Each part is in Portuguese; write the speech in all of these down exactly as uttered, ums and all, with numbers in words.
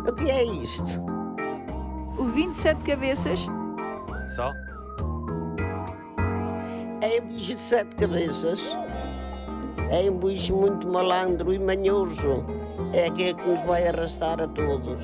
O que é isto? O vinte e sete cabeças? Só? É um bicho de sete cabeças. É um bicho muito malandro e manhoso. É aquele que nos vai arrastar a todos.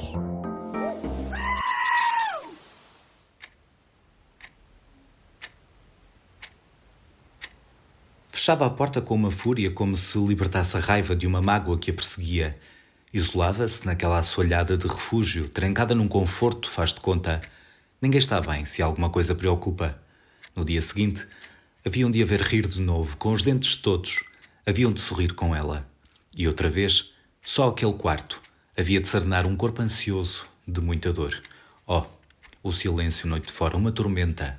Fechava a porta com uma fúria como se libertasse a raiva de uma mágoa que a perseguia. Isolava-se naquela assoalhada de refúgio, trancada num conforto, faz de conta. Ninguém está bem se alguma coisa preocupa. No dia seguinte, haviam de a ver rir de novo, com os dentes todos. Haviam de sorrir com ela. E outra vez, só aquele quarto. Havia de serenar um corpo ansioso, de muita dor. Oh, o silêncio noite de fora, uma tormenta.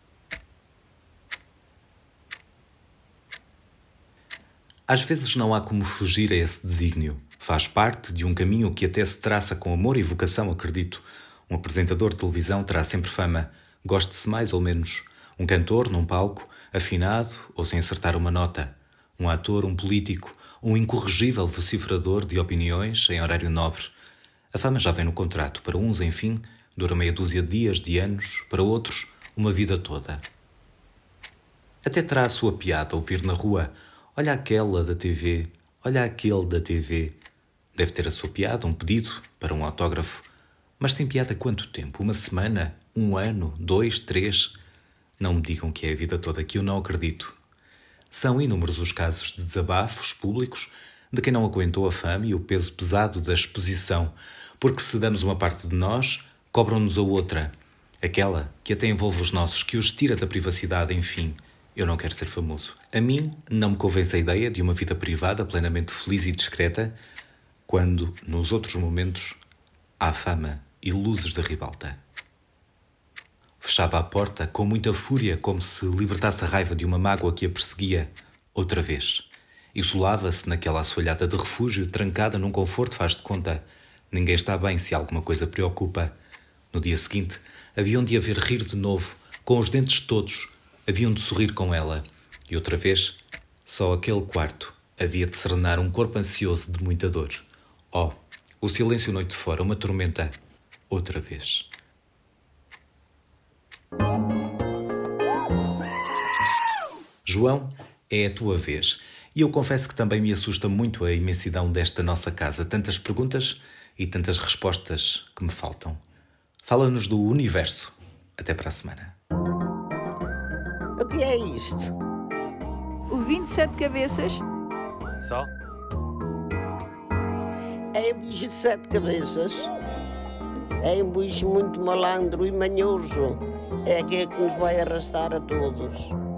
Às vezes não há como fugir a esse desígnio. Faz parte de um caminho que até se traça com amor e vocação, acredito. Um apresentador de televisão terá sempre fama, goste-se mais ou menos. Um cantor num palco, afinado ou sem acertar uma nota. Um ator, um político, um incorrigível vociferador de opiniões em horário nobre. A fama já vem no contrato. Para uns, enfim, dura meia dúzia de dias, de anos. Para outros, uma vida toda. Até terá a sua piada ouvir na rua: olha aquela da T V, olha aquele da T V. Deve ter a sua piada, um pedido para um autógrafo. Mas tem piada quanto tempo? Uma semana? Um ano? Dois? Três? Não me digam que é a vida toda, que eu não acredito. São inúmeros os casos de desabafos públicos de quem não aguentou a fama e o peso pesado da exposição, porque se damos uma parte de nós, cobram-nos a outra. Aquela que até envolve os nossos, que os tira da privacidade, enfim. Eu não quero ser famoso. A mim não me convence a ideia de uma vida privada plenamente feliz e discreta, quando, nos outros momentos, há fama e luzes da ribalta. Fechava a porta com muita fúria, como se libertasse a raiva de uma mágoa que a perseguia. Outra vez. Isolava-se naquela assoalhada de refúgio, trancada num conforto, faz de conta. Ninguém está bem se alguma coisa preocupa. No dia seguinte, haviam de a ver rir de novo, com os dentes todos. Haviam de sorrir com ela. E outra vez, só aquele quarto havia de serenar um corpo ansioso de muita dor. Oh, o silêncio noite fora, uma tormenta. Outra vez. João, é a tua vez. E eu confesso que também me assusta muito a imensidão desta nossa casa. Tantas perguntas e tantas respostas que me faltam. Fala-nos do universo. Até para a semana. O que é isto? O vinte e sete cabeças? Só? É um bicho de sete cabeças. É um bicho muito malandro e manhoso. É aquele que nos vai arrastar a todos.